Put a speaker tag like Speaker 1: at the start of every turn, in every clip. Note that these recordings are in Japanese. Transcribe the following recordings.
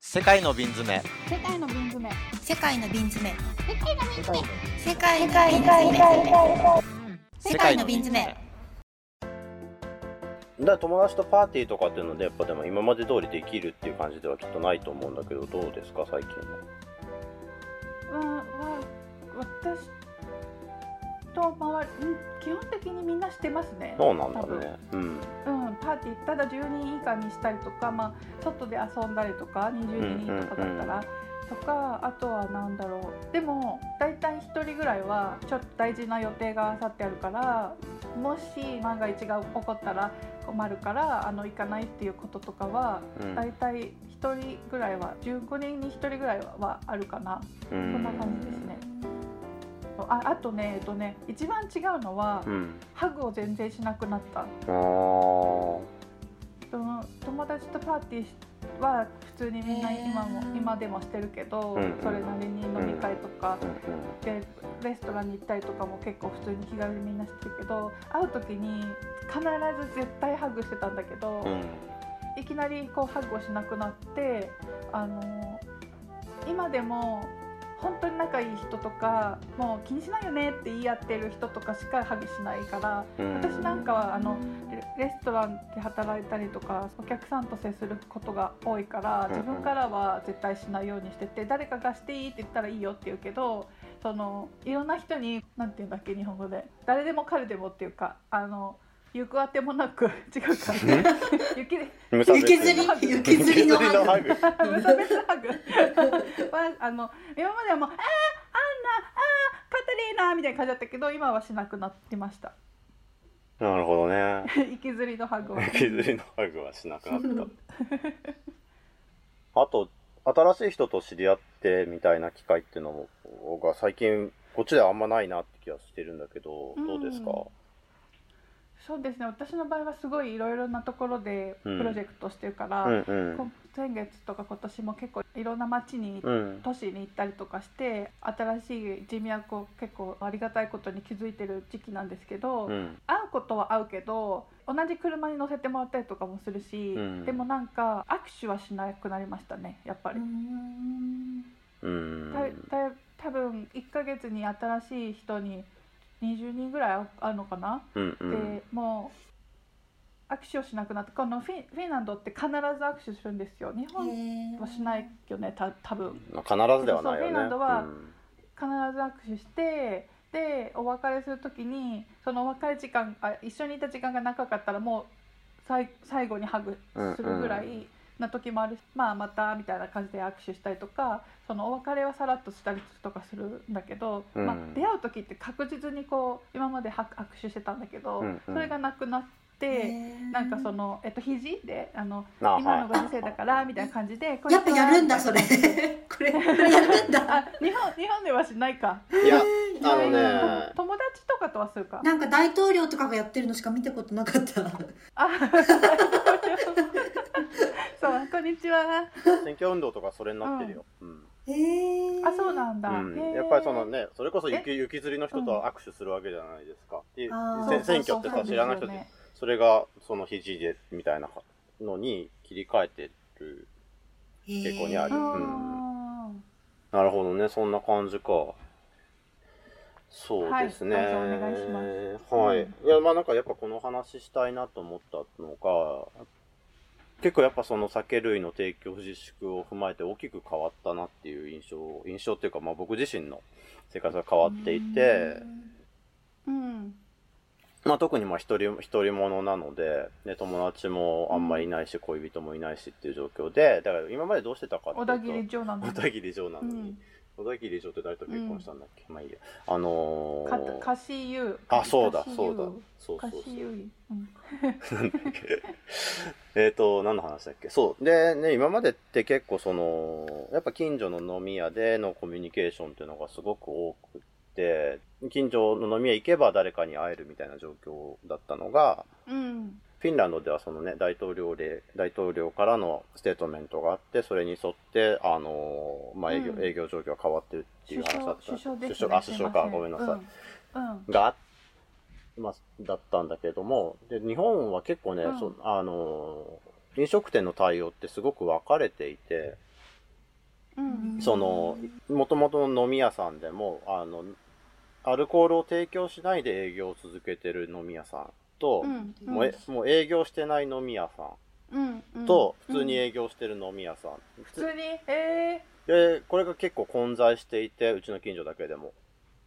Speaker 1: 世界の瓶詰め。
Speaker 2: 世界の瓶詰め。
Speaker 3: 世界の瓶詰め。
Speaker 2: 世界の瓶詰め。
Speaker 3: 世界の瓶詰め。世界の瓶詰め。
Speaker 4: だから友達とパーティーとかっていうのでやっぱでも今まで通りできるっていう感じではきっとないと思うんだけど、どうですか最近は。
Speaker 2: 私と周り基本的にみんなしてますね。
Speaker 4: そうなんだね。
Speaker 2: パーティーただ10人以下にしたりとか、外で遊んだりとか20人とかだったら、とか、あとはなんだろう、でもだいたい1人ぐらいはちょっと大事な予定がさってあるから、もし万が一が起こったら困るから行かないっていうこととかは、だいたい1人ぐらいは15人に1人ぐらいはあるかな。そんな感じですね。あとね、一番違うのは、ハグを全然しなくなった。友達とパーティーは普通にみんな今でもしてるけど、それなりに飲み会とか、でレストランに行ったりとかも結構普通に気軽にみんなしてるけど、会う時に必ず絶対ハグしてたんだけど、いきなりハグをしなくなって、今でも本当に仲いい人とか、もう気にしないよねって言い合ってる人とかしかハグしないから、私なんかはレストランで働いたりとかお客さんと接することが多いから、自分からは絶対しないようにしてて、誰かがしていいって言ったらいいよって言うけど、いろんな人になんて言うんだっけ日本語で、誰でも彼でもっていうか、行くあてもなく違うか
Speaker 3: 雪吊りのハグ
Speaker 2: 無差別ハグは今まではもうアンナカタリーナみたいな感じだったけど、今はしなくなってました。
Speaker 4: なるほどね。
Speaker 2: 息づりのハグは
Speaker 4: しなくなったあと新しい人と知り合ってみたいな機会っていうのが最近こっちではあんまないなって気がしてるんだけど、どうですか？
Speaker 2: そうですね、私の場合はすごいいろいろなところでプロジェクトしてるから、先月とか今年も結構いろんな町に、都市に行ったりとかして、新しい人脈を結構ありがたいことに気づいてる時期なんですけど、会うことは会うけど同じ車に乗せてもらったりとかもするし、でもなんか握手はしなくなりましたね、やっぱり。多分1ヶ月に新しい人に20人ぐらいあるのかな、でもう握手をしなくなって、このフィンランドって必ず握手するんですよ。日本はしないよね、多分。
Speaker 4: 必ずではないよね。
Speaker 2: フィンランドは必ず握手して、でお別れするときにそのお別れ時間一緒にいた時間が長かったらもう最後にハグするぐらいな時もあるし、またみたいな感じで握手したりとか、そのお別れはさらっとしたりとかするんだけど、出会う時って確実に今まで握手してたんだけど、それがなくなって、なんか肘で今のご時世だからみたいな感じで
Speaker 3: やっぱやるんだそれこれやるんだ
Speaker 2: 日本ではしないか。
Speaker 4: いや
Speaker 2: 友達とかとはするか。
Speaker 3: なんか大統領とかがやってるのしか見たことなかった
Speaker 2: そう、こんにちは。
Speaker 4: 選挙運動とかそれになってるよ。
Speaker 2: そうなんだ。
Speaker 4: やっぱりそれこそ雪吊りの人と握手するわけじゃないですか。選挙ってさ、知らない人でそれがその肘でみたいなのに切り替えてる傾向にある。なるほどね、そんな感じか。そうですね。
Speaker 2: お願いします。
Speaker 4: はい。いやなんかやっぱこの話したいなと思ったのが、結構やっぱその酒類の提供自粛を踏まえて大きく変わったなっていう印象っていうか、僕自身の生活が変わっていて、特に一人者なので、友達もあんまりいないし、恋人もいないしっていう状況で、だから今までどうしてたかっていうと、
Speaker 2: 小田切城なのに
Speaker 4: 小田切城って誰と結婚したんだっけ、まあいいや。
Speaker 2: カシユ。
Speaker 4: そうだ。
Speaker 2: カシユ。
Speaker 4: なんだっけ。何の話だっけ。そうでね、今までって結構やっぱ近所の飲み屋でのコミュニケーションっていうのがすごく多くて、近所の飲み屋行けば誰かに会えるみたいな状況だったのが、フィンランドでは大統領からのステートメントがあって、それに沿って営業状況が変わってるっていう話だった。首相か、ごめんなさい。だったんだけども、で日本は結構ね、飲食店の対応ってすごく分かれていて、 そのもともとの飲み屋さんでもアルコールを提供しないで営業を続けてる飲み屋さんと、もう営業してない飲み屋さんと、普通に営業してる飲み屋さん、
Speaker 2: 普通に
Speaker 4: でこれが結構混在していて、うちの近所だけでも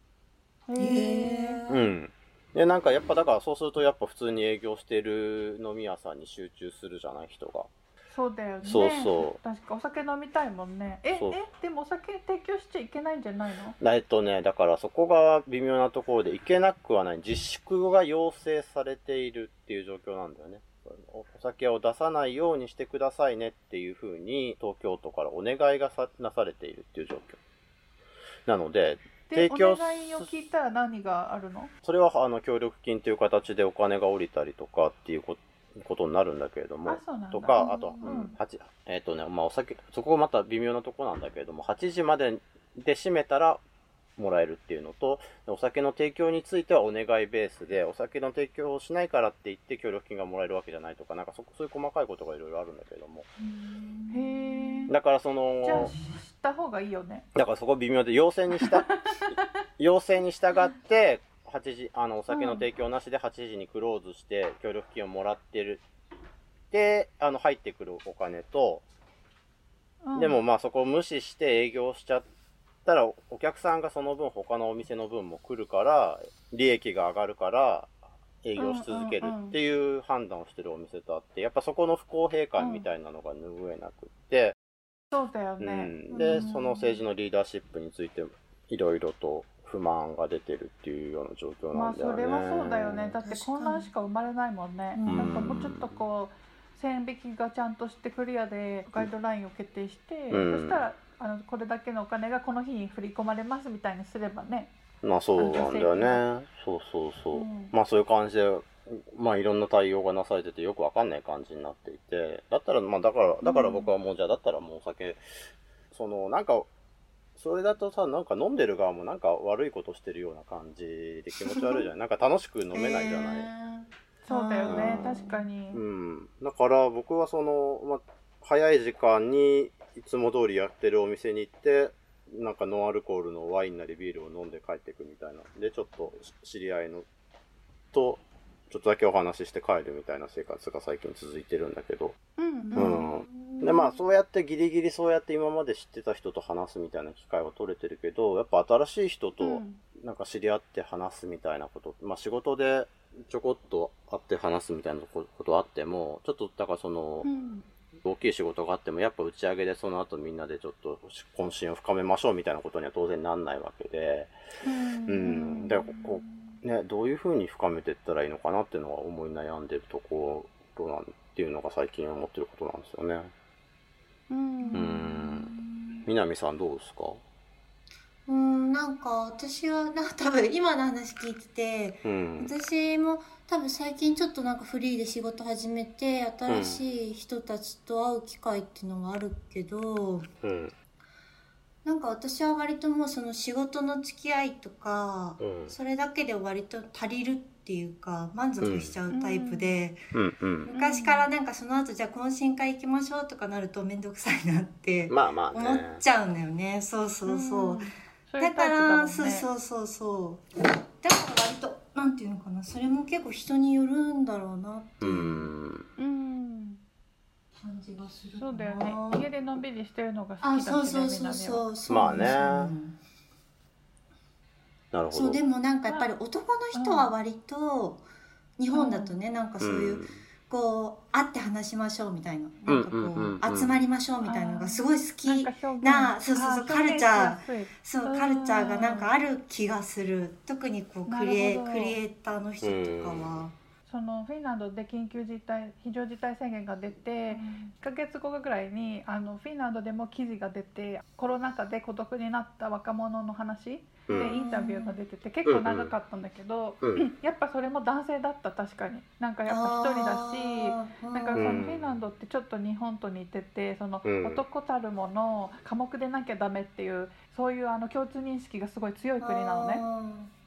Speaker 4: でなんかやっぱだからそうするとやっぱ普通に営業してる飲み屋さんに集中するじゃない、人が。
Speaker 2: そうだよね。
Speaker 4: そう
Speaker 2: 確かお酒飲みたいもんね。でもお酒提供しちゃいけないんじゃないの？
Speaker 4: だからそこが微妙なところで、いけなくはない。自粛が要請されているっていう状況なんだよね。お酒を出さないようにしてくださいねっていう風に東京都からお願いがなされているっていう状況なので、
Speaker 2: 提供お願いを聞いたら何があるの？そ
Speaker 4: れは協力金という形でお金が下りたりとかっていうことになるんだけれども、とか、あと、お酒、そこまた微妙なとこなんだけれども、8時までで閉めたらもらえるっていうのと、お酒の提供についてはお願いベースで、お酒の提供をしないからって言って協力金がもらえるわけじゃないとか、なんかそういう細かいことがいろいろあるんだけれども。だからじゃ
Speaker 2: あした方がいいよね。
Speaker 4: だからそこ微妙で、要請に従って、8時お酒の提供なしで8時にクローズして協力金をもらってるで入ってくるお金と、でもまあそこを無視して営業しちゃったらお客さんがその分他のお店の分も来るから利益が上がるから営業し続けるっていう判断をしてるお店とあって、やっぱそこの不公平感みたいなのが拭えなくって、
Speaker 2: そうだよね。
Speaker 4: でその政治のリーダーシップについていろいろと不満が出てるっていうような状況なんだよね。
Speaker 2: それはそうだよね。だって混乱しか生まれないもんね。なんかもうちょっとこう線引きがちゃんとしてクリアでガイドラインを決定して、そしたらこれだけのお金がこの日に振り込まれますみたいにすればね。
Speaker 4: まあそうなんだよね。そう。まあそういう感じで、まあいろんな対応がなされててよくわかんない感じになっていて、だったらまあだから僕はもうじゃあだったらもうお酒なんかそれだとさ、なんか飲んでる側もなんか悪いことしてるような感じで気持ち悪いじゃないなんか楽しく飲めないじゃない、
Speaker 2: そうだよね、確かに。
Speaker 4: だから僕は早い時間にいつも通りやってるお店に行って、なんかノンアルコールのワインなりビールを飲んで帰っていくみたいな。で、ちょっと知り合いのと、ちょっとだけお話しして帰るみたいな生活が最近続いてるんだけど。で、まあそうやってギリギリそうやって今まで知ってた人と話すみたいな機会は取れてるけど、やっぱ新しい人となんか知り合って話すみたいなこと、まあ仕事でちょこっと会って話すみたいなことあっても、ちょっとだから大きい仕事があってもやっぱ打ち上げでその後みんなでちょっと懇親を深めましょうみたいなことには当然なんないわけで、だからね、どういう風に深めていったらいいのかなっていうのは思い悩んでるところなんっていうのが最近思ってることなんですよね。南さんどうですか？
Speaker 3: なんか私は多分今の話聞いてて、私も多分最近ちょっとなんかフリーで仕事始めて新しい人たちと会う機会っていうのがあるけど、なんか私は割ともうその仕事の付き合いとか、それだけで割と足りるっていうか満足しちゃうタイプで、昔からなんかその後じゃあ懇親会行きましょうとかなると面倒くさいなって思っちゃうんだよね。そうだからそうだから割となんていうのかな、それも結構人によるんだろうなっていう感じがする。
Speaker 2: そうだよね、家でのんびりしてるのが好きだしね、
Speaker 3: そう
Speaker 4: まあね、なるほど。
Speaker 3: そうでもなんかやっぱり男の人は割と日本だとね、なんかそういうこう会って話しましょうみたいな、なんかこう集まりましょうみたいなのがすごい好きな、そうカルチャーがなんかある気がする。特にこうクリエイターの人とかは。
Speaker 2: そのフィンランドで緊急事態非常事態宣言が出て、1ヶ月後ぐらいにフィンランドでも記事が出て、コロナ禍で孤独になった若者の話でインタビューが出てて、結構長かったんだけど、やっぱそれも男性だった。確かになんかやっぱ一人だし、なんかそのフィンランドってちょっと日本と似てて、その男たるもの寡黙でなきゃダメっていう、そういう共通認識がすごい強い国なのね。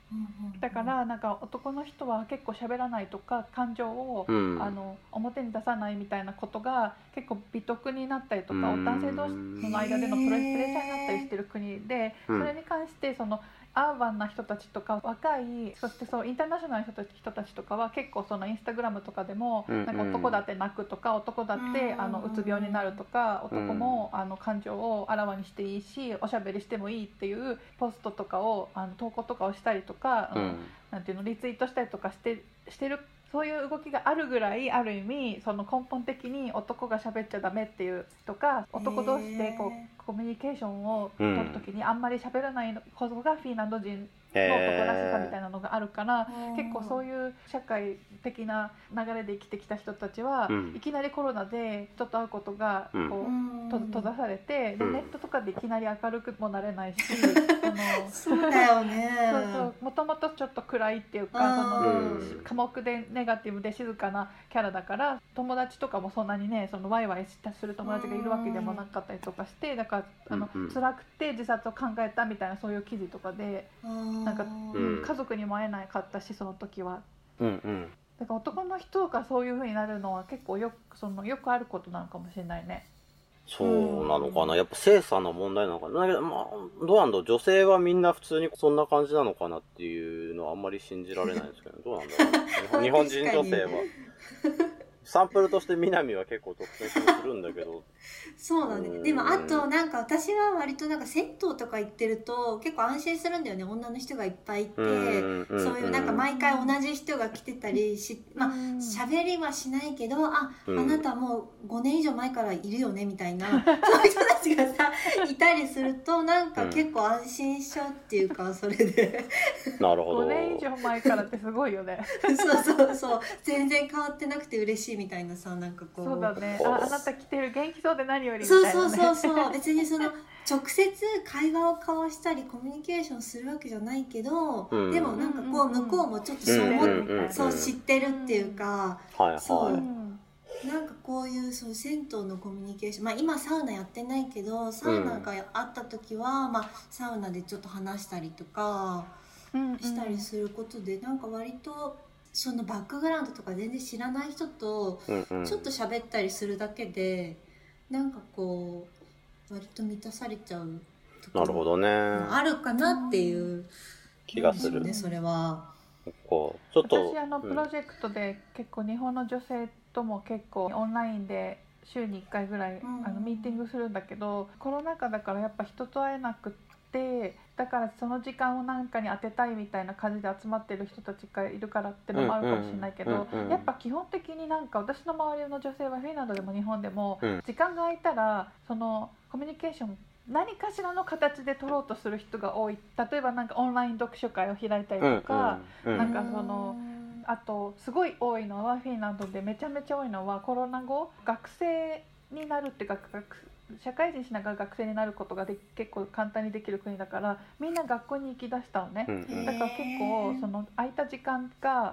Speaker 2: だからなんか男の人は結構喋らないとか感情を、表に出さないみたいなことが結構美徳になったりとか、男性同士の間でのプレッシャーになったりしてる国で、それに関してそのアーバンな人たちとか若い、そしてそうインターナショナルな人たちとかは結構そのインスタグラムとかでも、なんか男だって泣くとか、男だってうつ病になるとか、男も感情をあらわにしていいしおしゃべりしてもいいっていうポストとかを投稿とかをしたりとか、なんていうのリツイートしたりとかしてる、そういう動きがあるぐらい、ある意味その根本的に男が喋っちゃダメっていうとか、男同士でこうコミュニケーションを取るときにあんまり喋らないことがフィンランド人の男らしさみたいなのがあるから、結構そういう社会的な流れで生きてきた人たちは、いきなりコロナで人と会うことがこう閉ざされて、でネットとかでいきなり明るくもなれないし
Speaker 3: そうだよね
Speaker 2: もともとちょっと暗いっていうか、寡黙でネガティブで静かなキャラだから、友達とかもそんなにね、そのワイワイする友達がいるわけでもなかったりとかして、だから辛くて自殺を考えたみたいな、そういう記事とかでなんか、家族にも会えなかったしその時は、だから男の人がそういう風になるのは結構よくあることなのかもしれないね。
Speaker 4: そうなのかな、やっぱ性差の問題なのかな。だけどまあどうなんだろう、女性はみんな普通にそんな感じなのかなっていうのはあんまり信じられないんですけど、どうなんだろう日本人女性はサンプルとして南は結構特選するんだけど
Speaker 3: そうだね。でもあとなんか私は割となんか銭湯とか行ってると結構安心するんだよね。女の人がいっぱいいて、そういうなんか毎回同じ人が来てたりし、まあ喋りはしないけど、あなたもう5年以上前からいるよねみたいなそういう人たちがさいたりするとなんか結構安心しちゃうっていうか、それで
Speaker 4: なるほど。
Speaker 2: 5年以上前からってすごいよね
Speaker 3: そう全然変わってなくて嬉しいみたいなさ、なんかこう
Speaker 2: そうだね、あなた来てる元気そうで何よりみたいな、ね、
Speaker 3: そう別にその直接会話を交わしたりコミュニケーションするわけじゃないけど、でもなんかこう向こうもちょっとそう知ってるっていうか、そうなんかこういうそう銭湯のコミュニケーション、まあ今サウナやってないけどサウナがあった時は、まあサウナでちょっと話したりとかしたりすることで、なんか割とそのバックグラウンドとか全然知らない人とちょっと喋ったりするだけでなんかこう割と満たされちゃうところもあるかなっていう
Speaker 4: 気がする
Speaker 3: ね、それは。
Speaker 4: こうちょっと
Speaker 2: 私プロジェクトで結構日本の女性とも結構オンラインで週に1回ぐらいミーティングするんだけど、コロナ禍だからやっぱ人と会えなくて、だからその時間を何かに当てたいみたいな感じで集まってる人たちがいるからってのもあるかもしれないけど、やっぱ基本的になんか私の周りの女性はフィンランドでも日本でも時間が空いたらそのコミュニケーション何かしらの形で取ろうとする人が多い。例えばなんかオンライン読書会を開いたりとか、なんかそのあとすごい多いのはフィンランドでめちゃめちゃ多いのはコロナ後学生になるっていうか社会人しながら学生になることが結構簡単にできる国だからみんな学校に行きだしたのね、だから結構その空いた時間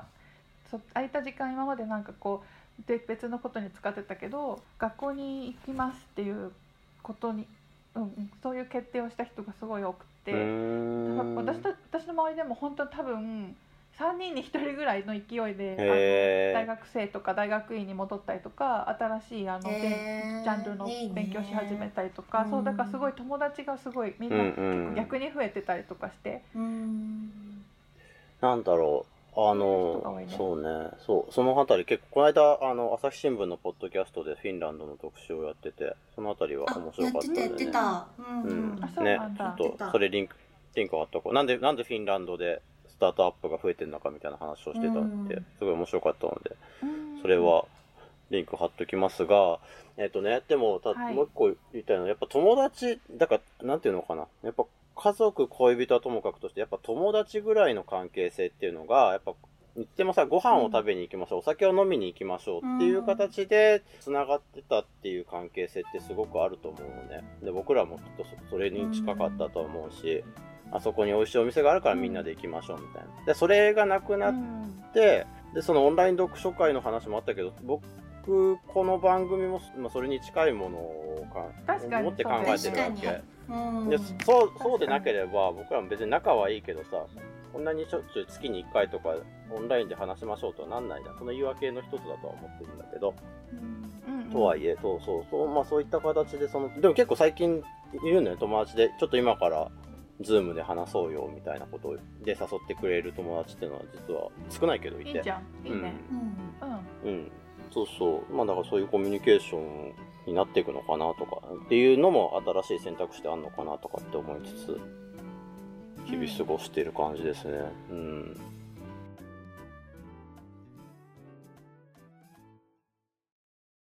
Speaker 2: 今までなんかこうで別のことに使ってたけど学校に行きますっていうことに、そういう決定をした人がすごい多くて、私の周りでも本当に多分3人に1人ぐらいの勢いで大学生とか大学院に戻ったりとか新しいジャンルの勉強し始めたりとか、そうだからすごい友達がすごいみんな逆に増えてたりとかして、
Speaker 4: なんだろうそうね、そのあたり結構この間朝日新聞のポッドキャストでフィンランドの特集をやってて、そのあたりは面白かったんでね。
Speaker 3: やってた。
Speaker 4: ね、ちょっとそれリンク貼っとこう。なんでフィンランドでスタートアップが増えてるのかみたいな話をしてたんで、すごい面白かったので、それはリンク貼っときますが、でももう一個言いたいのはやっぱ友達だからなんていうのかな、やっぱ家族恋人はともかくとしてやっぱ友達ぐらいの関係性っていうのがやっぱ言ってもさ、ご飯を食べに行きましょう、お酒を飲みに行きましょうっていう形でつながってたっていう関係性ってすごくあると思うのね。で僕らもきっとそれに近かったと思うし、あそこに美味しいお店があるからみんなで行きましょうみたいな。でそれがなくなって、でそのオンライン読書会の話もあったけど、僕この番組も、それに近いものを持って考えてるわけで、そうでなければ僕らも別に仲はいいけどさ、 こんなにしょっちゅう月に1回とかオンラインで話しましょうとはなんないじゃん。その言い訳の一つだとは思ってるんだけど、とはいえ、まあそういった形で、でも結構最近言うのよ、友達で、ちょっと今からズームで話そうよみたいなことで誘ってくれる友達っていうのは実は少ないけどいて。
Speaker 2: いいじゃん。いいね。
Speaker 4: そうそう。まあだからそういうコミュニケーションになっていくのかなとかっていうのも新しい選択肢であるのかなとかって思いつつ、日々過ごしている感じですね。